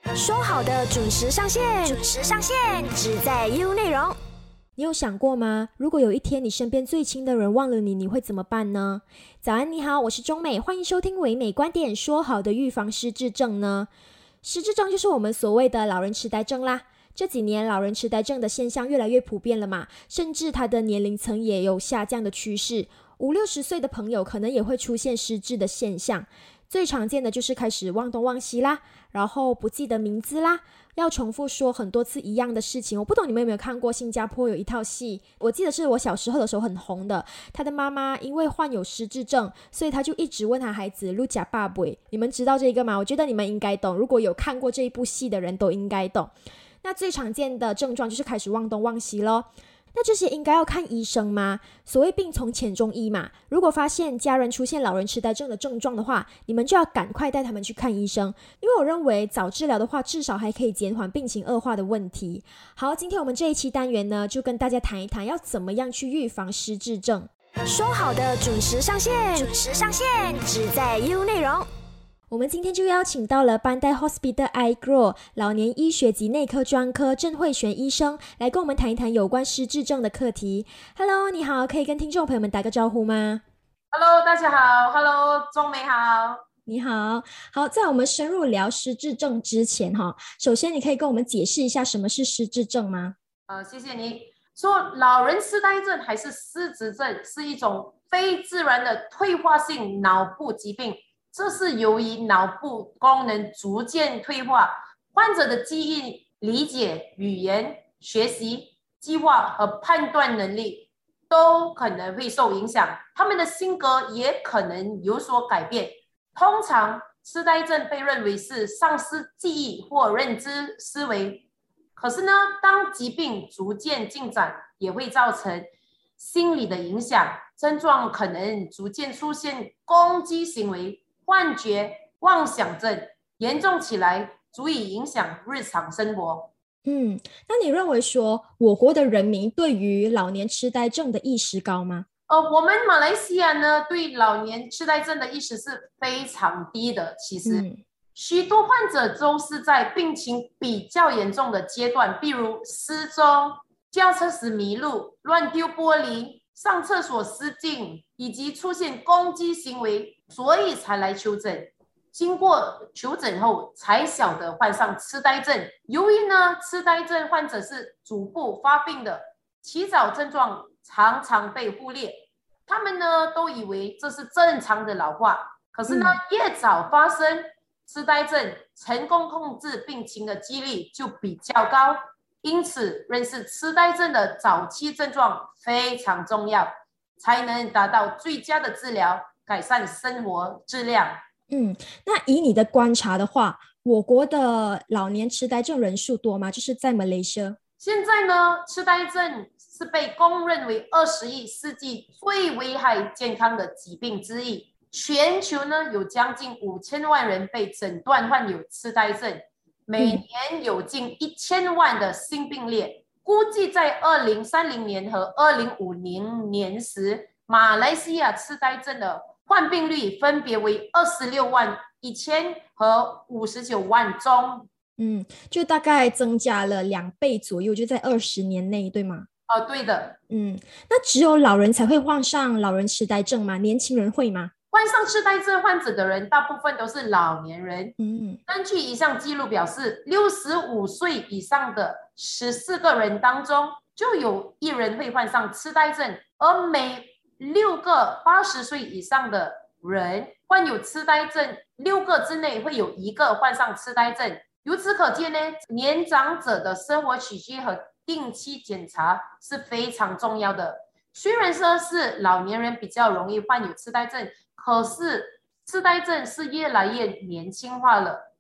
说好的准时上线，只在 U 内容。 你有想过吗？如果有一天你身边最亲的人忘了你，你会怎么办呢？早安，你好，我是钟美，欢迎收听唯美观点。说好的预防失智症呢？失智症就是我们所谓的老人痴呆症啦。这几年老人痴呆症的现象越来越普遍了嘛，甚至它的年龄层也有下降的趋势。50-60岁的朋友可能也会出现失智的现象。最常见的就是开始忘东忘西啦，然后不记得名字啦，要重复说很多次一样的事情。我不懂你们有没有看过新加坡有一套戏，我记得是我小时候的时候很红的，他的妈妈因为患有失智症，所以他就一直问他孩子路假爸爸，你们知道这个吗？我觉得你们应该懂，如果有看过这一部戏的人都应该懂。那最常见的症状就是开始忘东忘西咯。那这些应该要看医生吗？所谓病从浅中医嘛，如果发现家人出现老人痴呆症的症状的话，你们就要赶快带他们去看医生，因为我认为早治疗的话，至少还可以减缓病情恶化的问题。好，今天我们这一期单元呢，就跟大家谈一谈要怎么样去预防失智症。 说好的准时上线，只在 U 内容。 我们今天就邀请到了班代 Hospital iGrow 老年医学及内科专科郑慧璇医生来跟我们谈一谈有关失智症的课题。Hello， 你好，可以跟听众朋友们打个招呼吗？ Hello， 大家好 ，Hello， 钟美好。 你好。好，在我们深入聊失智症之前，首先你可以跟我们解释一下什么是失智症吗？ 谢谢你。说老人痴呆症还是失智症是一种非自然的退化性脑部疾病。这是由于脑部功能逐渐退化，患者的记忆、理解、语言、学习、计划和判断能力都可能会受影响，他们的性格也可能有所改变。通常，痴呆症被认为是丧失记忆或认知思维，可是呢，当疾病逐渐进展，也会造成心理的影响，症状可能逐渐出现攻击行为、幻觉、妄想症，严重起来足以影响日常生活。 那你认为说我国的人民对于老年痴呆症的意识高吗？ 我们马来西亚呢，对老年痴呆症的意识是非常低的。其实，许多患者都是在病情比较严重的阶段，比如失踪、轿车时迷路、乱丢玻璃、上厕所失禁，以及出现攻击行为，所以才来求诊。经过求诊后才晓得患上痴呆症。由于呢，痴呆症患者是逐步发病的，起早症状常常被忽略，他们呢都以为这是正常的老化。可是呢，越早发生痴呆症，成功控制病情的几率就比较高。因此，认识痴呆症的早期症状非常重要，才能达到最佳的治疗，改善生活质量。 那以你的观察的话，我国的老年痴呆症人数多吗？就是在马来西亚。 现在呢，痴呆症是被公认为21世纪最危害健康的疾病之一。全球呢，有将近5000万人被诊断患有痴呆症，每年有近1000万的新病例。估计在2030年和2050年时，马来西亚痴呆症的患病率分别为26万1000和59万宗。 就大概增加了2倍左右，就在20年内，对吗？ 对的。 那只有老人才会患上老人痴呆症吗？年轻人会吗？ 患上痴呆症患者的人大部分都是老年人。根据一项记录表示，65岁以上的14个人当中，就有1人会患上痴呆症，而每6个80岁以上的人患有痴呆症，6个之内会有1个患上痴呆症。由此可见呢，年长者的生活起居和定期检查是非常重要的。虽然说是老年人比较容易患有痴呆症，可是痴呆症是越来越年轻化了。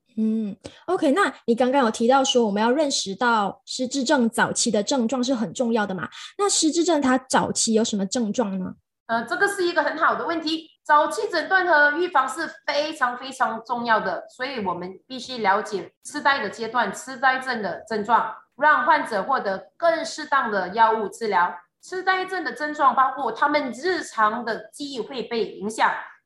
OK， 那你刚刚有提到说我们要认识到失智症早期的症状是很重要的嘛？那失智症它早期有什么症状呢？ 这个是一个很好的问题。早期诊断和预防是非常非常重要的，所以我们必须了解痴呆的阶段、痴呆症的症状，让患者获得更适当的药物治疗。痴呆症的症状包括他们日常的记忆会被影响，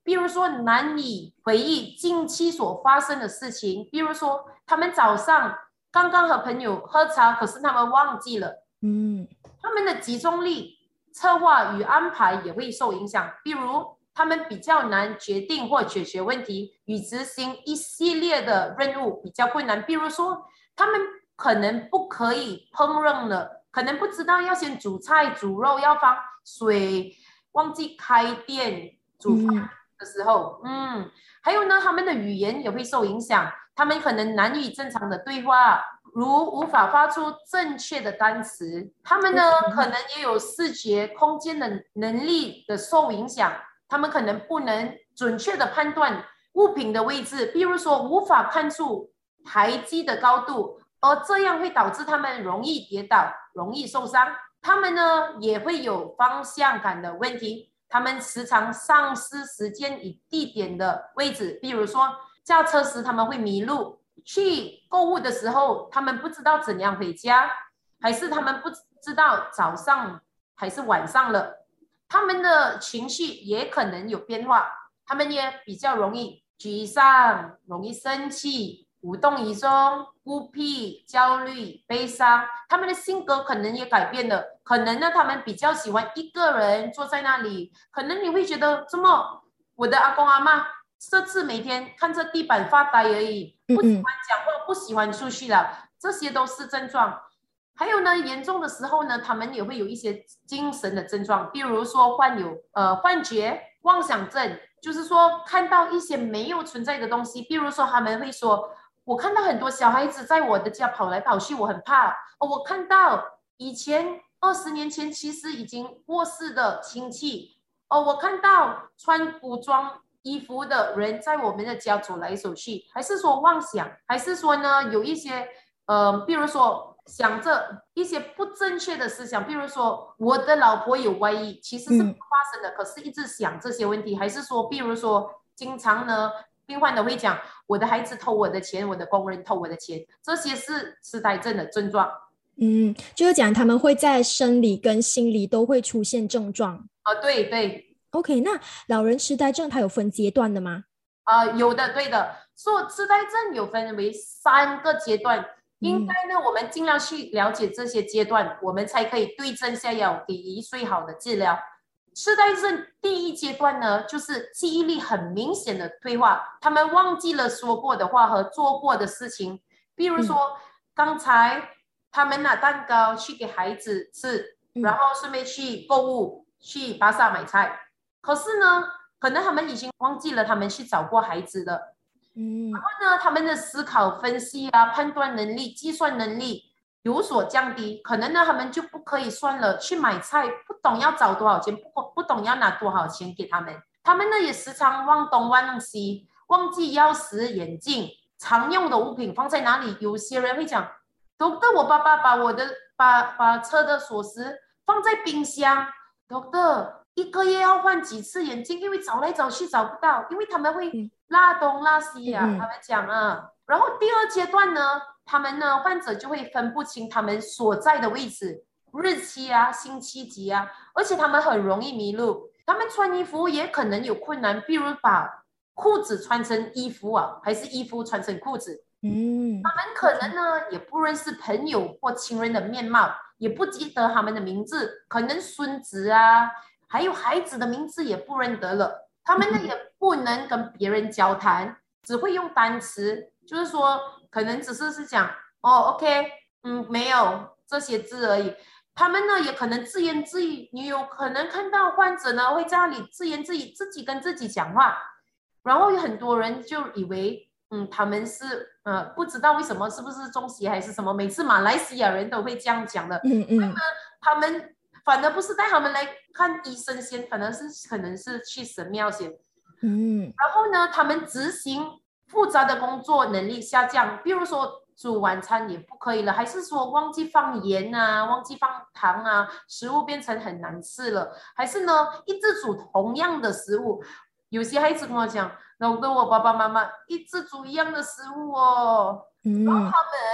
比如说难以回忆近期所发生的事情，比如说他们早上刚刚和朋友喝茶，可是他们忘记了，他们的集中力、策划与安排也会受影响。比如他们比较难决定或解决问题，与执行一系列的任务比较困难。比如说他们可能不可以烹饪了，可能不知道要先煮菜、煮肉，要放水，忘记开电煮饭的时候，还有呢，他们的语言也会受影响，他们可能难以正常的对话，如无法发出正确的单词。他们呢，可能也有视觉空间的能力的受影响，他们可能不能准确的判断物品的位置，比如说无法看出台阶的高度，而这样会导致他们容易跌倒，容易受伤。他们呢，也会有方向感的问题，他们时常丧失时间与地点的位置，比如说驾车时他们会迷路，去购物的时候他们不知道怎样回家，还是他们不知道早上还是晚上了。他们的情绪也可能有变化，他们也比较容易沮丧，容易生气，无动于衷，孤僻，焦虑，悲伤。他们的性格可能也改变了，可能呢他们比较喜欢一个人坐在那里，可能你会觉得怎么我的阿公阿嬷这次每天看着地板发呆而已，不喜欢讲话，不喜欢出去了，这些都是症状。还有呢，严重的时候呢，他们也会有一些精神的症状，比如说幻觉、妄想症，就是说看到一些没有存在的东西，比如说他们会说，我看到很多小孩子在我的家跑来跑去，我很怕。我看到以前20年前其实已经过世的亲戚，我看到穿古装衣服的人在我们的家走来走去，还是说妄想，还是说呢有一些比如说想着一些不正确的思想，比如说我的老婆有外遇，其实是不发生的，可是一直想这些问题，还是说比如说经常呢病患的会讲我的孩子偷我的钱，我的工人偷我的钱，这些是痴呆症的症状。 就是讲他们会在生理跟心理都会出现症状。 对对。 OK， 那老人痴呆症它有分阶段的吗？ 有的，对的。说痴呆症有分为3个阶段，应该呢我们尽量去了解这些阶段，我们才可以对症下药，给予最好的治疗。痴呆症第一阶段呢，就是记忆力很明显的退化，他们忘记了说过的话和做过的事情，比如说刚才他们拿蛋糕去给孩子吃，然后顺便去购物，去巴萨买菜，可是呢可能他们已经忘记了他们去找过孩子了。然后呢他们的思考分析啊、判断能力、计算能力有所降低，可能呢他们就不可以算了，去买菜不懂要找多少钱，不懂要拿多少钱给他们。他们呢也时常忘东忘西，忘记钥匙、眼镜、常用的物品放在哪里。有些人会讲，Doctor， 我爸爸把车的锁匙放在冰箱。Doctor， 1个月要换几次眼镜，因为找来找去找不到，因为他们会拉东拉西啊，他们讲啊。然后第2阶段呢，他们呢患者就会分不清他们所在的位置、日期啊、星期几啊，而且他们很容易迷路。他们穿衣服也可能有困难，比如把裤子穿成衣服啊，还是衣服穿成裤子。他们可能呢也不认识朋友或亲人的面貌，也不记得他们的名字，可能孙子啊，还有孩子的名字也不认得了。他们呢也不能跟别人交谈，只会用单词，就是说可能只是讲OK， 没有这些字而已。他们呢也可能自言自语，你有可能看到患者呢会在那里自言自语，自己跟自己讲话，然后有很多人就以为他们是不知道为什么，是不是中邪还是什么，每次马来西亚人都会这样讲的。他们反而不是带他们来看医生先，反而是可能是去神庙先。然后呢他们执行复杂的工作能力下降，比如说煮晚餐也不可以了，还是说忘记放盐啊，忘记放糖啊，食物变成很难吃了，还是呢一直煮同样的食物。有些孩子跟我讲，然后跟我爸爸妈妈一直煮一样的食物然后他们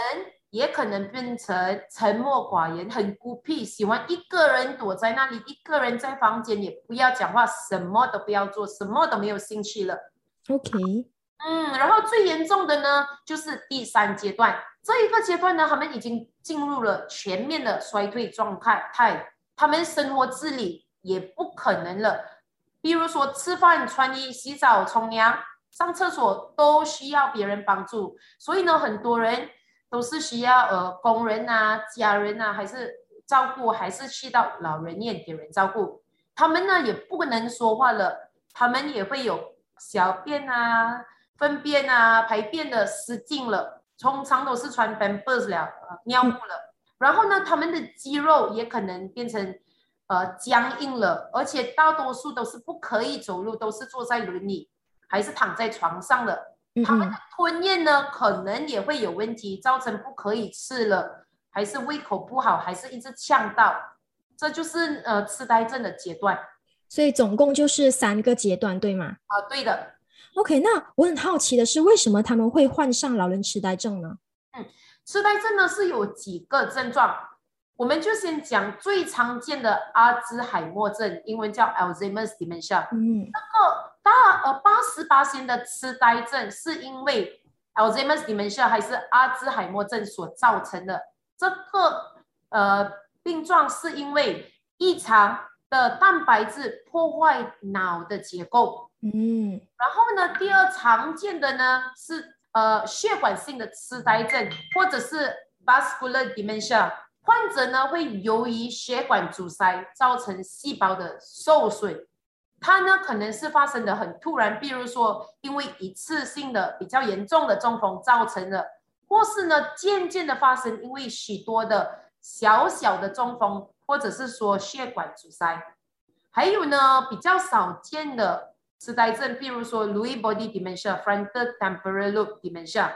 也可能变成沉默寡言，很孤僻，喜欢一个人躲在那里，一个人在房间也不要讲话，什么都不要做，什么都没有兴趣了。 OK， 然后最严重的呢就是第3阶段，这一个阶段呢他们已经进入了全面的衰退状态，他们生活自理也不可能了，比如说吃饭、穿衣、洗澡、冲凉、上厕所都需要别人帮助，所以呢很多人都是需要工人啊、家人啊，还是照顾，还是去到老人院给人照顾。他们呢也不能说话了，他们也会有小便啊、粪便啊、排便的失禁了，通常都是穿 Pampers 了、尿布了。然后呢，他们的肌肉也可能变成僵硬了，而且大多数都是不可以走路，都是坐在轮椅还是躺在床上的。他们的吞咽呢可能也会有问题，造成不可以吃了，还是胃口不好，还是一直呛到，这就是痴呆症的阶段。 所以总共就是3个阶段，对吗？ 对的。 OK，那我很好奇的是，为什么他们会患上老人痴呆症呢？ 痴呆症呢是有几个症状，我们就先讲最常见的阿兹海默症，英文叫 Alzheimer's dementia。那个88%的痴呆症是因为 Alzheimer's dementia 还是阿兹海默症所造成的。这个病状是因为异常的蛋白质破坏脑的结构。然后呢，第2常见的呢是血管性的痴呆症，或者是 vascular dementia。患者呢会由于血管阻塞造成细胞的受损，它呢可能是发生的很突然，比如说因为一次性的比较严重的中风造成的，或是呢渐渐的发生，因为许多的小小的中风，或者是说血管阻塞。还有呢比较少见的痴呆症，比如说 Lewy body dementia、frontal temporal lobe dementia。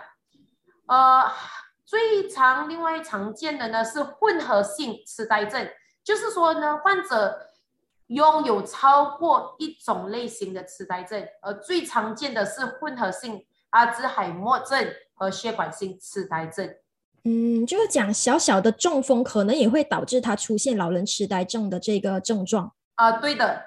另外常见的呢是混合性痴呆症，就是说呢患者拥有超过一种类型的痴呆症，最常见的是混合性阿兹海默症和血管性痴呆症。 就是讲小小的中风可能也会导致他出现老人痴呆症的这个症状。 对的。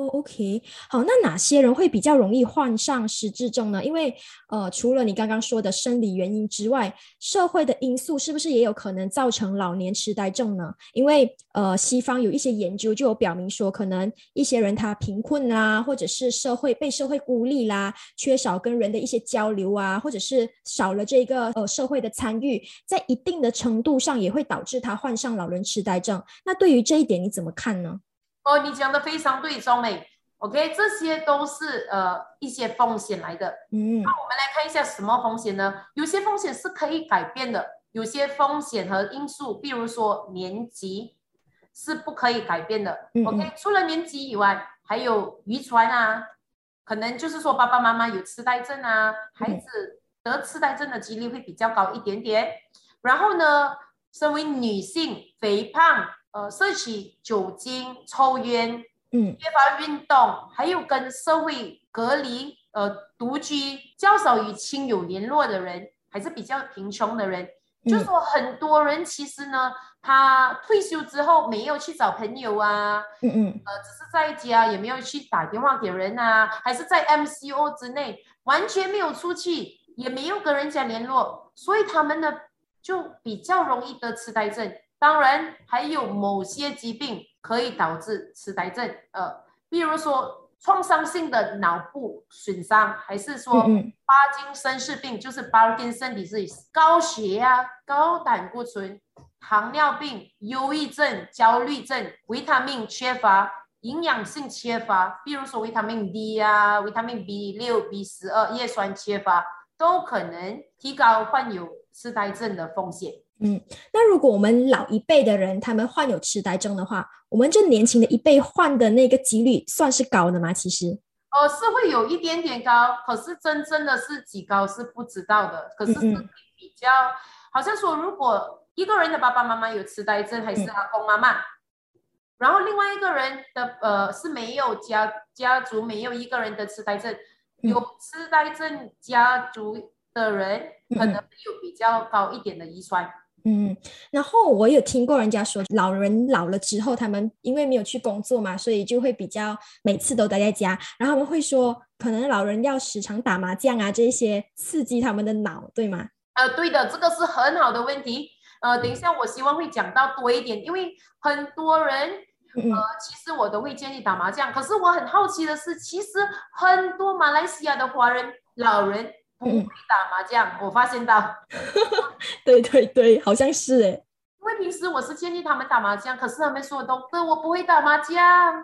OK， 好，那哪些人会比较容易患上失智症呢？因为除了你刚刚说的生理原因之外，社会的因素是不是也有可能造成老年痴呆症呢？因为西方有一些研究就有表明说，可能一些人他贫困啦，或者是被社会孤立啦，缺少跟人的一些交流啊，或者是少了这个社会的参与，在一定的程度上也会导致他患上老人痴呆症。那对于这一点你怎么看呢？ 你讲的非常对，中美。OK， 这些都是一些风险来的。那我们来看一下什么风险呢？有些风险是可以改变的，有些风险和因素，比如说年纪是不可以改变的。OK， 除了年纪以外，还有遗传啊，可能就是说爸爸妈妈有痴呆症啊，孩子得痴呆症的几率会比较高一点点。然后呢，身为女性，肥胖。摄取酒精、抽烟、缺乏运动，还有跟社会隔离、独居、较少与亲友联络的人，还是比较贫穷的人，就是说很多人其实呢，他退休之后没有去找朋友啊，只是在家，也没有去打电话给人啊，还是在 MCO 之内，完全没有出去，也没有跟人家联络，所以他们呢就比较容易得痴呆症。当然还有某些疾病可以导致痴呆症，比如说创伤性的脑部损伤，还是说帕金森氏病，就是 Parkinson disease， 高血压、高胆固醇、糖尿病、忧郁症、焦虑症、维他命缺乏、营养性缺乏，比如说维他命 D 啊、维他命 B6、B12、叶酸缺乏，都可能提高患有痴呆症的风险。 那如果我们老一辈的人他们患有痴呆症的话，我们这年轻的一辈患的那个几率算是高的吗？其实是会有一点点高，可是真正的是几高是不知道的。可是是比较好像说，如果一个人的爸爸妈妈有痴呆症，还是阿公妈妈，然后另外一个人的是没有家族没有一个人的痴呆症，有痴呆症家族的人可能有比较高一点的遗传。 然后我有听过人家说，老人老了之后，他们因为没有去工作嘛，所以就会比较每次都待在家，然后他们会说，可能老人要时常打麻将啊，这些刺激他们的脑，对吗？ 对的，这个是很好的问题。等一下我希望会讲到多一点，因为很多人其实我都会建议打麻将，可是我很好奇的是，其实很多马来西亚的华人老人不会打麻将，我发现到。 对对对，好像是诶。 因为平时我是建议他们打麻将，可是他们说都我不会打麻将。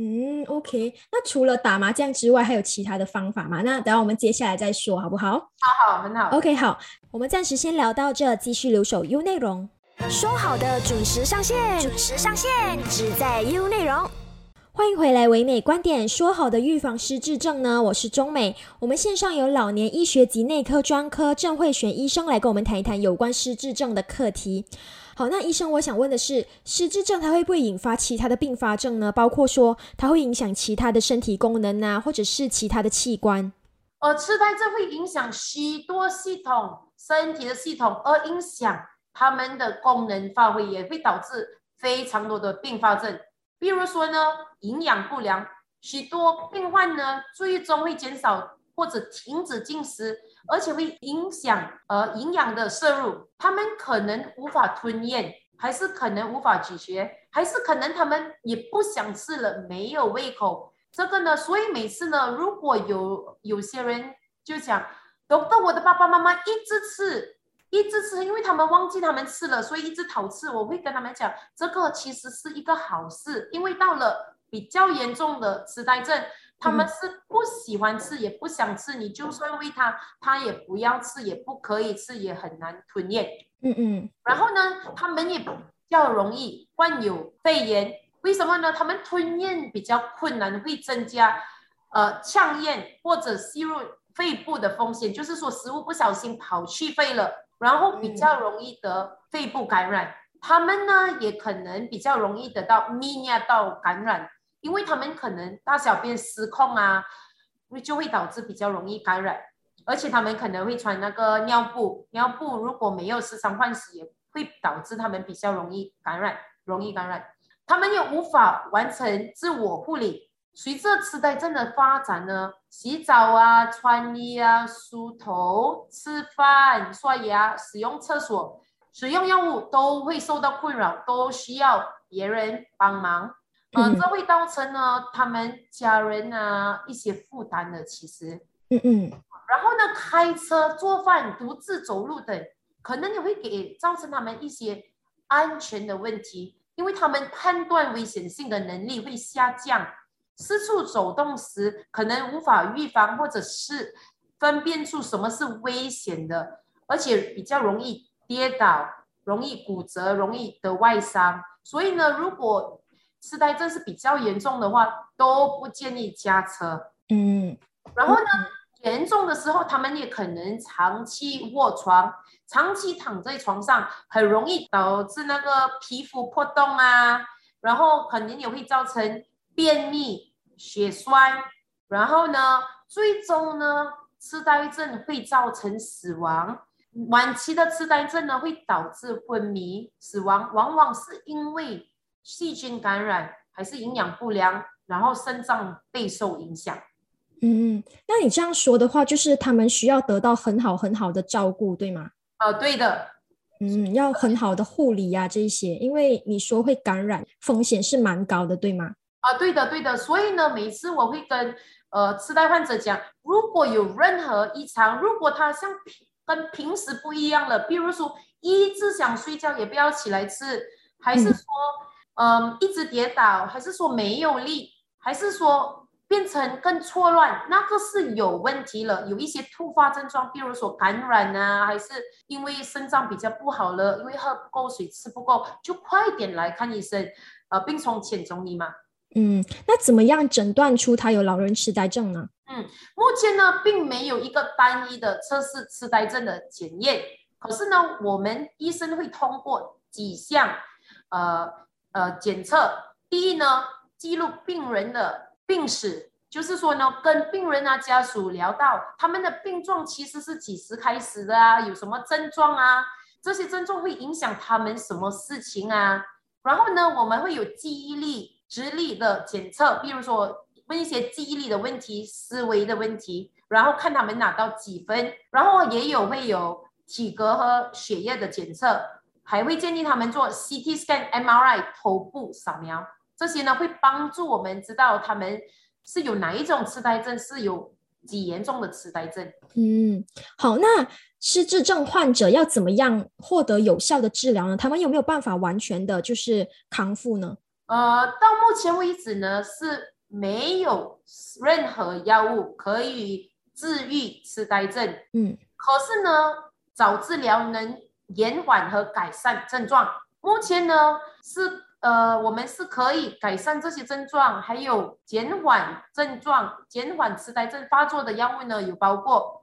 OK，那除了打麻将之外，还有其他的方法吗？那等下我们接下来再说，好不好？ 好，很好。 OK，好，我们暂时先聊到这，继续留守 U 内容。 说好的准时上线，准时上线，只在 U 内容。 欢迎回来，唯美观点，说好的预防失智症呢？我是钟美，我们线上有老年医学及内科专科郑慧璇医生来跟我们谈一谈有关失智症的课题。好，那医生，我想问的是，失智症它会不会引发其他的并发症呢？包括说它会影响其他的身体功能啊，或者是其他的器官？ 痴呆症会影响许多系统，身体的系统，而影响他们的功能发挥，也会导致非常多的并发症。比如说呢，营养不良，许多病患呢最终会减少或者停止进食，而且会影响营养的摄入，他们可能无法吞咽，还是可能无法咀嚼，还是可能他们也不想吃了，没有胃口。这个呢，所以每次呢，如果有些人就讲，Doctor，我的爸爸妈妈一直吃，因为他们忘记他们吃了，所以一直讨吃。我会跟他们讲，这个其实是一个好事，因为到了比较严重的痴呆症，他们是不喜欢吃，也不想吃，你就算喂他，他也不要吃，也不可以吃，也很难吞咽。然后呢，他们也比较容易患有肺炎。为什么呢？他们吞咽比较困难，会增加呛咽或者吸入肺部的风险，就是说食物不小心跑去肺了，然后比较容易得肺部感染。他们呢也可能比较容易得到泌尿道感染，因为他们可能大小便失控啊，就会导致比较容易感染。而且他们可能会穿那个尿布，尿布如果没有时常换洗，也会导致他们比较容易感染。他们也无法完成自我护理。随着痴呆症的发展呢，洗澡啊、穿衣啊、梳头、吃饭、刷牙、使用厕所、使用药物都会受到困扰，都需要别人帮忙。这会造成呢他们家人啊一些负担的，其实。然后呢，开车、做饭、独自走路等，可能也会造成他们一些安全的问题。因为他们判断危险性的能力会下降，四处走动时可能无法预防或者是分辨出什么是危险的，而且比较容易跌倒，容易骨折，容易得外伤。所以呢，如果痴呆症是比较严重的话，都不建议驾车。然后呢，严重的时候，他们也可能长期卧床，长期躺在床上，很容易导致那个皮肤破洞啊，然后肯定也会造成便秘、血栓，然后呢，最终呢，痴呆症会造成死亡。晚期的痴呆症呢，会导致昏迷、死亡，往往是因为细菌感染，还是营养不良，然后肾脏备受影响。 那你这样说的话，就是他们需要得到很好很好的照顾，对吗？ 对的。 要很好的护理啊，这些，因为你说会感染，风险是蛮高的，对吗？ 对的。所以呢，每次我会跟痴呆患者讲，如果有任何异常，如果他像跟平时不一样了，比如说一直想睡觉也不要起来吃，还是说一直跌倒，还是说没有力，还是说变成更错乱，那个是有问题了，有一些突发症状，比如说感染啊，还是因为肾脏比较不好了，因为喝不够水吃不够，就快点来看医生，病从浅中医嘛。 那怎么样诊断出他有老人痴呆症呢？ 目前呢并没有一个单一的测试痴呆症的检验，可是呢我们医生会通过几项检测。第一呢，记录病人的病史，就是说呢，跟病人啊家属聊到他们的病状其实是几时开始的啊，有什么症状啊， 这些症状会影响他们什么事情啊。然后呢，我们会有记忆力、智力的检测，比如说问一些记忆力的问题、思维的问题，然后看他们拿到几分。然后会有体格和血液的检测，还会建议他们做 CT scan、MRI 头部扫描，这些呢会帮助我们知道他们是有哪一种痴呆症，是有几严重的痴呆症。 好，那失智症患者要怎么样获得有效的治疗呢？他们有没有办法完全的就是康复呢？ 到目前为止呢，是没有任何药物可以治愈痴呆症。可是呢，早治疗能延缓和改善症状。目前呢，我们是可以改善这些症状，还有减缓症状、减缓痴呆症发作的药物呢，有包括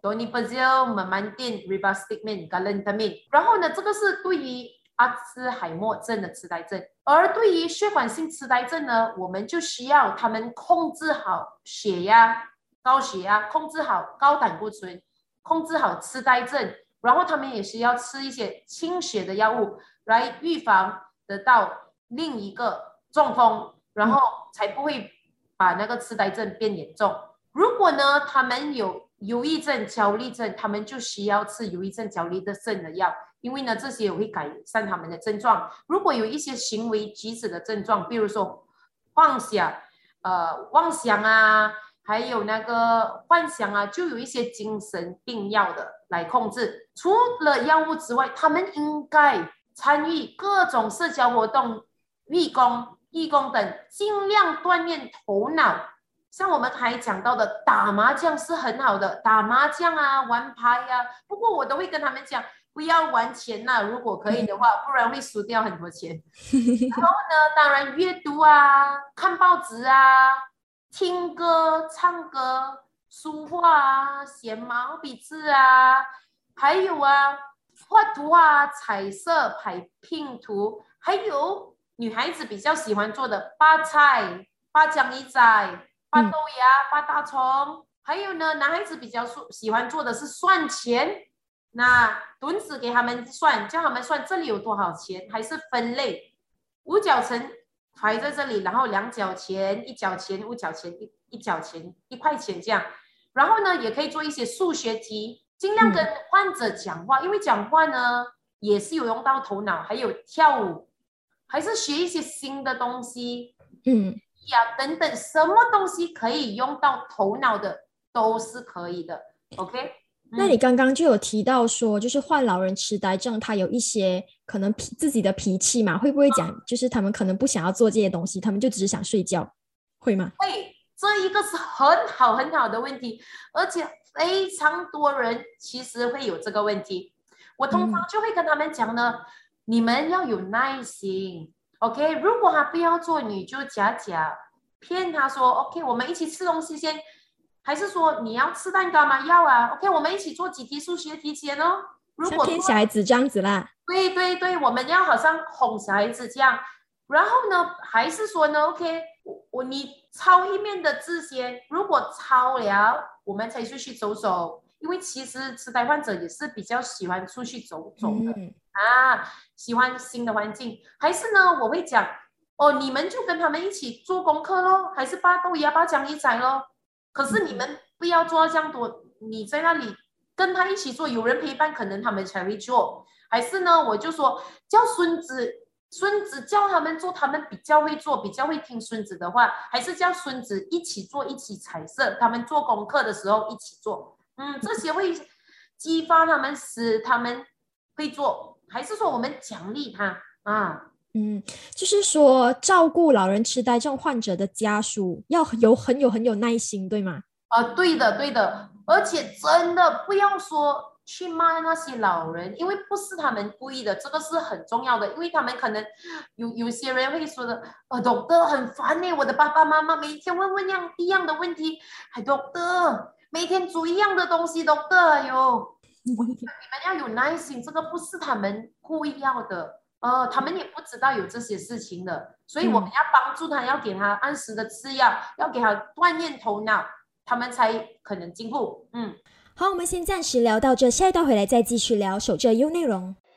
Donepezil、Memantine、Rivastigmine、Galantamine。然后呢，这个是对于阿兹海默症的痴呆症，而对于血管性痴呆症呢，我们就需要他们控制好血压、高血压，控制好高胆固醇，控制好痴呆症，然后他们也需要吃一些清血的药物来预防得到另一个中风，然后才不会把那个痴呆症变严重。如果呢，他们有忧郁症、焦虑症，他们就需要吃忧郁症、焦虑症的药，因为呢，这些也会改善他们的症状。如果有一些行为举止的症状，比如说妄想啊，还有那个幻想啊，就有一些精神病药的来控制。除了药物之外，他们应该参与各种社交活动、义工等，尽量锻炼头脑。像我们还讲到的打麻将是很好的，打麻将啊，玩牌啊，不过我都会跟他们讲不要玩钱啊，如果可以的话，不然会输掉很多钱。然后呢，当然阅读啊，看报纸啊，听歌、唱歌、书画啊，写毛笔字啊，还有啊，画图啊，彩色排拼图，还有女孩子比较喜欢做的拔菜、拔江鱼仔、拔豆芽、拔大葱，还有呢，男孩子比较喜欢做的是算钱。那轮子给他们算，叫他们算这里有多少钱，还是分类五角层排在这里，然后2角钱、1角钱、5角钱、1角钱、1块钱这样。然后呢，也可以做一些数学题，尽量跟患者讲话，因为讲话呢也是有用到头脑，还有跳舞，还是学一些新的东西，等等，什么东西可以用到头脑的都是可以的 ，OK。 那你刚刚就有提到说，就是患老人痴呆症，他有一些可能自己的脾气嘛，会不会讲，就是他们可能不想要做这些东西，他们就只是想睡觉，会吗？ 会，这一个是很好的问题，而且非常多人其实会有这个问题。我通常就会跟他们讲呢，你们要有耐心 ，OK？ 如果他不要做，你就假骗他说 ，OK， 我们一起吃东西先。还是说你要吃蛋糕吗？要啊 ，OK， 我们一起做几题数学题先哦。如果像骗小孩子这样子啦。 对，我们要好像哄小孩子这样。然后呢，还是说呢 ，OK， 你抄一面的字先，如果抄了，我们才出去走走。因为其实痴呆患者也是比较喜欢出去走走的喜欢新的环境。还是呢，我会讲你们就跟他们一起做功课咯，还是拔豆芽、拔江鱼仔咯。可是你们不要做这样多，你在那里跟他一起做，有人陪伴，可能他们才会做。还是呢，我就说叫孙子叫他们做，他们比较会做，比较会听孙子的话。还是叫孙子一起做，一起彩色，他们做功课的时候一起做。这些会激发他们，使他们会做。还是说我们奖励他啊？ 就是说照顾老人痴呆症患者的家属要很有耐心，对吗？ 对的，而且真的不要说去骂那些老人，因为不是他们故意的，这个是很重要的。因为他们可能有些人会说的，doctor 很烦我的爸爸妈妈每天问一样的问题，还doctor每天煮一样的东西，doctor哎呦，你们要有耐心，这个不是他们故意要的。他们也不知道有这些事情的，所以我们要帮助他，要给他按时的吃药，要给他锻炼头脑，他们才可能进步。 好，我们先暂时聊到这，下一段回来再继续聊，守着优内容。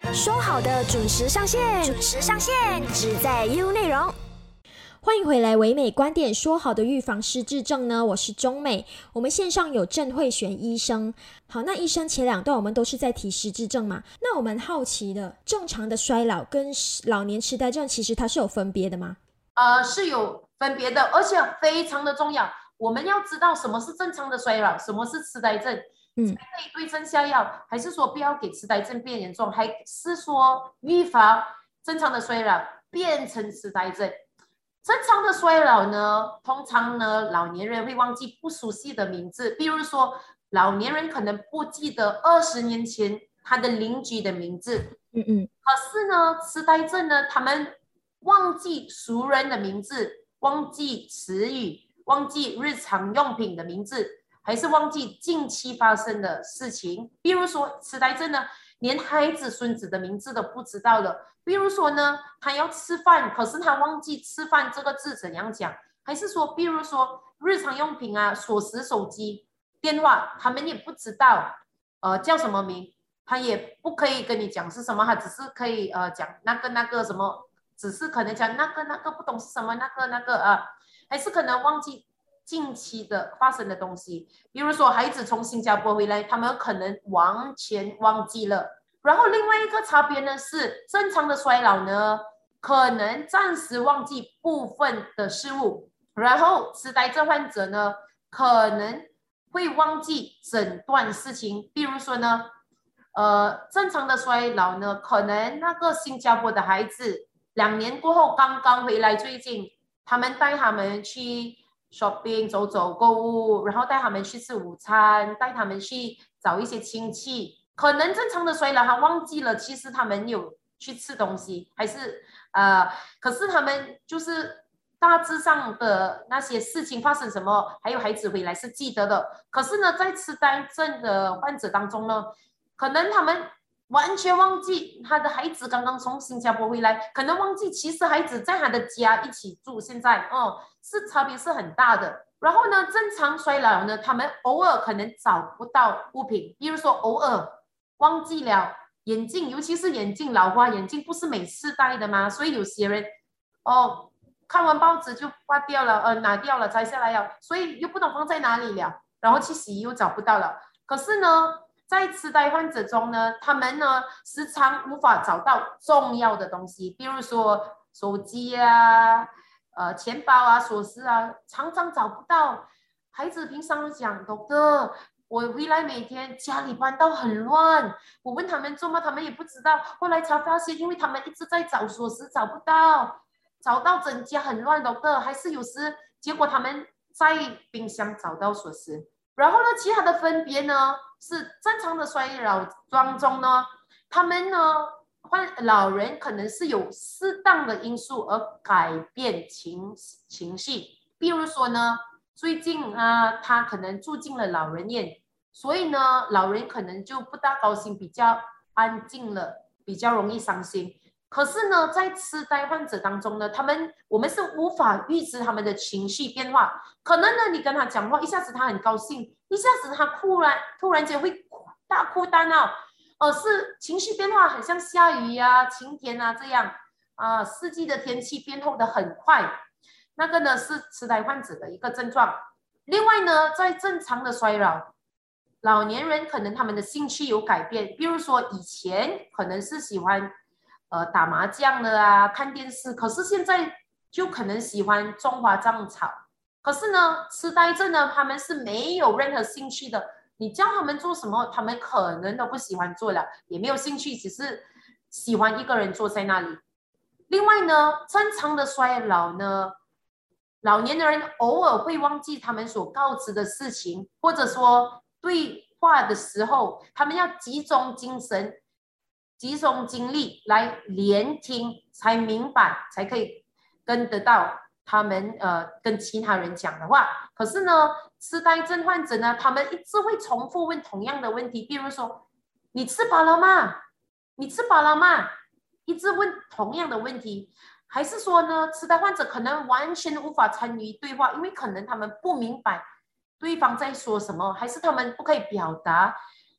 说好的准时上线，准时上线，只在 U 内容。 欢迎回来，唯美观点，说好的预防失智症呢？我是中美，我们线上有郑慧璇医生。好，那医生前2段我们都是在提失智症嘛？那我们好奇的，正常的衰老跟老年痴呆症其实它是有分别的吗？ 是有分别的，而且非常的重要。我们要知道什么是正常的衰老，什么是痴呆症，才可以对症下药，还是说不要给痴呆症变严重，还是说预防正常的衰老变成痴呆症？正常的衰老呢，通常呢，老年人会忘记不熟悉的名字，比如说，老年人可能不记得20年前他的邻居的名字，可是呢，痴呆症呢，他们忘记熟人的名字，忘记词语，忘记日常用品的名字，还是忘记近期发生的事情。比如说，痴呆症呢，连孩子、孙子的名字都不知道了。比如说呢，他要吃饭，可是他忘记吃饭这个字怎样讲，还是说，比如说日常用品啊，锁匙、手机、电话，他们也不知道，叫什么名，他也不可以跟你讲是什么，他只是可以讲那个什么，只是可能讲那个不懂是什么，那个还是可能忘记近期的发生的东西，比如说孩子从新加坡回来，他们可能完全忘记了。然后另外一个差别呢是，正常的衰老呢，可能暂时忘记部分的事物，然后痴呆症患者呢，可能会忘记整段事情。比如说呢，正常的衰老呢，可能那个新加坡的孩子2年过后刚刚回来，最近他们带他们去 shopping 走走购物，然后带他们去吃午餐，带他们去找一些亲戚。可能正常的衰老他忘记了，其实他们有去吃东西，还是可是他们就是大致上的那些事情发生什么，还有孩子回来是记得的。可是呢，在痴呆症的患者当中呢，可能他们完全忘记他的孩子刚刚从新加坡回来，可能忘记其实孩子在他的家一起住，现在是差别是很大的。然后呢，正常衰老呢，他们偶尔可能找不到物品，比如说偶尔忘记了眼镜，尤其是眼镜，老花眼镜不是每次戴的吗？所以有些人看完报纸就挂掉了，拿掉了，摘下来了，所以又不懂放在哪里了，然后去洗又找不到了。可是呢，在痴呆患者中呢，他们呢时常无法找到重要的东西，比如说手机啊、钱包啊、锁匙啊，常常找不到。孩子平常讲，Doctor，我回来每天家里搬到很乱，我问他们做吗，他们也不知道。后来才发现，因为他们一直在找锁匙，找不到，找到整家很乱的，还是有时结果他们在冰箱找到锁匙。然后呢，其他的分别呢是正常的衰老当中呢，他们呢老人可能是有适当的因素而改变情绪，比如说呢。最近他可能住进了老人院，所以呢，老人可能就不大高兴，比较安静了，比较容易伤心。可是呢，在痴呆患者当中呢，我们是无法预知他们的情绪变化。可能呢，你跟他讲话，一下子他很高兴，一下子他突然间会大哭大闹，是情绪变化，很像下雨啊、晴天啊这样四季的天气变化的很快。那个呢是痴呆患者的一个症状。另外呢，在正常的衰老，老年人可能他们的兴趣有改变，比如说以前可能是喜欢打麻将的看电视，可是现在就可能喜欢种花种草。可是呢，痴呆症呢，他们是没有任何兴趣的，你叫他们做什么，他们可能都不喜欢做了，也没有兴趣，只是喜欢一个人坐在那里。另外呢，正常的衰老呢，老年的人偶尔会忘记他们所告知的事情，或者说对话的时候，他们要集中精神、集中精力来聆听，才明白，才可以跟得到他们跟其他人讲的话。可是呢，痴呆症患者呢，他们一直会重复问同样的问题，比如说：“你吃饱了吗？你吃饱了吗？”一直问同样的问题。还是说呢，痴呆患者可能完全无法参与对话，因为可能他们不明白对方在说什么，还是他们不可以表达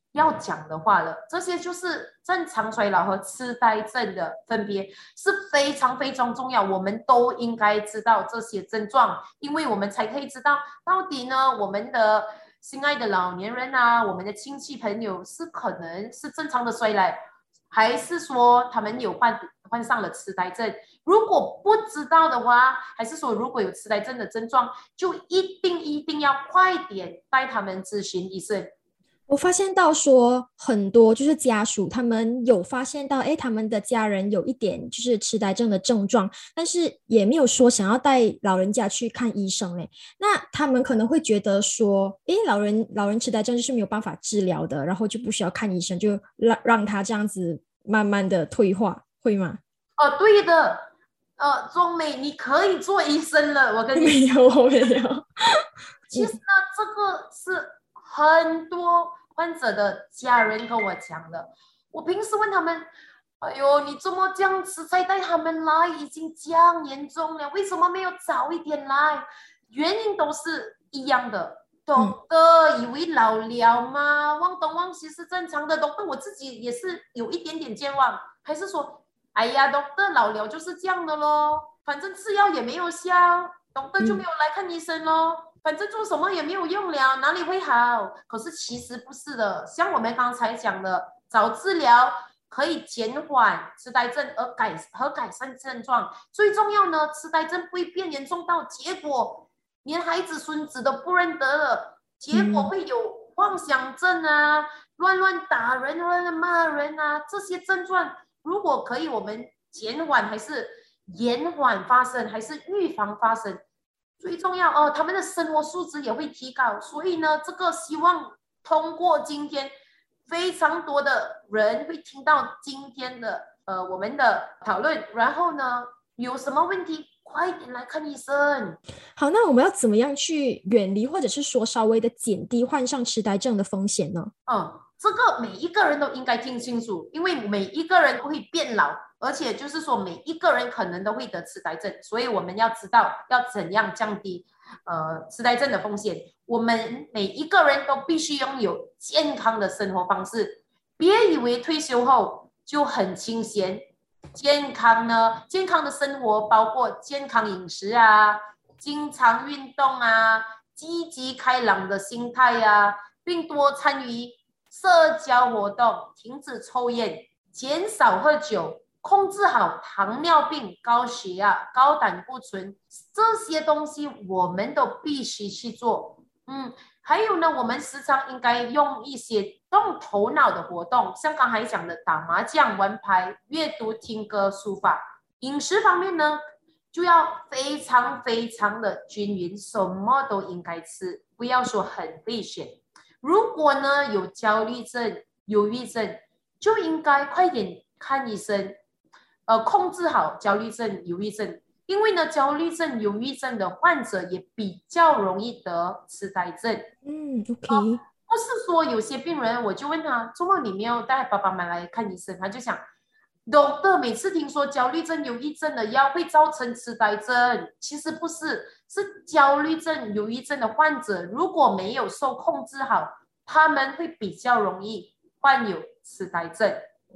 要讲的话了。这些就是正常衰老和痴呆症的分别，是非常非常重要，我们都应该知道这些症状，因为我们才可以知道到底呢我们的心爱的老年人啊，我们的亲戚朋友是可能是正常的衰老，还是说他们有患上了痴呆症。如果不知道的话，还是说如果有痴呆症的症状，就一定要快点带他们咨询医生。 我发现到说很多就是家属他们有发现到，他们的家人有一点就是痴呆症的症状，但是也没有说想要带老人家去看医生嘞。那他们可能会觉得说，老人痴呆症就是没有办法治疗的，然后就不需要看医生，就让他这样子慢慢的退化，会吗？ 对的，中美你可以做医生了，我跟你没有，我没有。 其实呢，这个是很多患者的家人跟我讲的。我平时问他们，哎呦，你怎么这样子才带他们来？已经这样严重了，为什么没有早一点来？原因都是一样的。懂得以为老了吗？忘东忘西是正常的。懂得我自己也是有一点点健忘，还是说，哎呀，懂得老了就是这样的咯，反正吃药也没有效，懂得就没有来看医生咯。反正做什么也没有用了，哪里会好？可是其实不是的，像我们刚才讲的，早治疗可以减缓痴呆症和改善症状。最重要呢，痴呆症不会变严重到结果连孩子孙子都不认得了，结果会有妄想症啊，乱打人、乱骂人啊，这些症状如果可以我们减缓还是延缓发生，还是预防发生，最重要他们的生活素质也会提高。所以呢，这个希望通过今天非常多的人会听到今天的我们的讨论，然后呢，有什么问题快点来看医生。 好，那我们要怎么样去远离，或者是说稍微的减低患上痴呆症的风险呢？ 这个每一个人都应该听清楚，因为每一个人会变老，而且就是说每一个人可能都会得痴呆症，所以我们要知道要怎样降低痴呆症的风险。我们每一个人都必须拥有健康的生活方式，别以为退休后就很清闲。健康呢，健康的生活包括健康饮食啊，经常运动啊，积极开朗的心态啊，并多参与社交活动，停止抽烟，减少喝酒，控制好糖尿病、高血压、高胆固醇，这些东西我们都必须去做。还有呢，我们时常应该用一些动头脑的活动，像刚才讲的打麻将、玩牌、阅读、听歌、书法。饮食方面呢，就要非常非常的均匀，什么都应该吃，不要说很备选。如果呢有焦虑症、忧郁症，就应该快点看医生，控制好焦虑症、忧郁症。因为呢，焦虑症、忧郁症的患者也比较容易得痴呆症。 OK。 不是说有些病人，我就问他，周末你没有带爸爸妈妈来看医生，他就想，Doctor 每次听说焦虑症、忧郁症的药会造成痴呆症，其实不是，是焦虑症、忧郁症的患者如果没有受控制好，他们会比较容易患有痴呆症。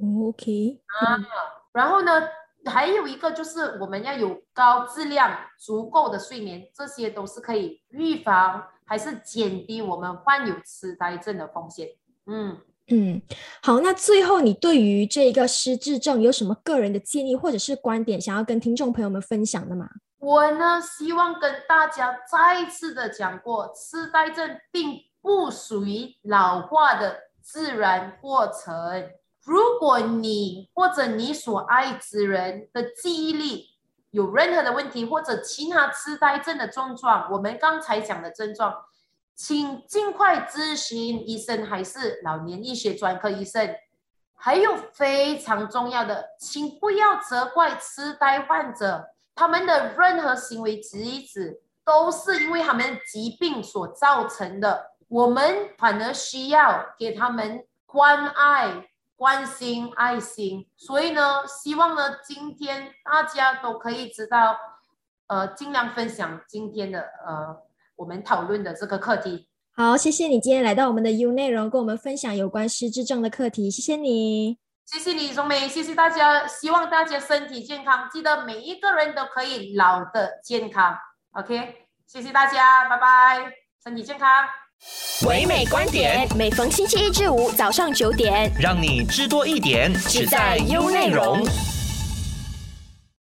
OK。 然后呢，还有一个就是我们要有高质量、足够的睡眠，这些都是可以预防还是减低我们患有痴呆症的风险。 好，那最后你对于这个失智症有什么个人的建议或者是观点想要跟听众朋友们分享的吗？ 我呢，希望跟大家再次的讲过，痴呆症并不属于老化的自然过程。如果你或者你所爱之人的记忆力有任何的问题，或者其他痴呆症的症状，我们刚才讲的症状，请尽快咨询医生还是老年医学专科医生。还有非常重要的，请不要责怪痴呆患者，他们的任何行为举止都是因为他们疾病所造成的，我们反而需要给他们关爱、关心、爱心。所以呢，希望呢，今天大家都可以知道，尽量分享今天的我们讨论的这个课题。 好，谢谢你今天来到我们的 U 内容，跟我们分享有关失智症的课题，谢谢你。 谢谢你，钟美，谢谢大家，希望大家身体健康，记得每一个人都可以老得健康。OK， 谢谢大家，拜拜，身体健康。 唯美观点，每逢星期一至五早上9点， 让你知多一点，只在 U 内容。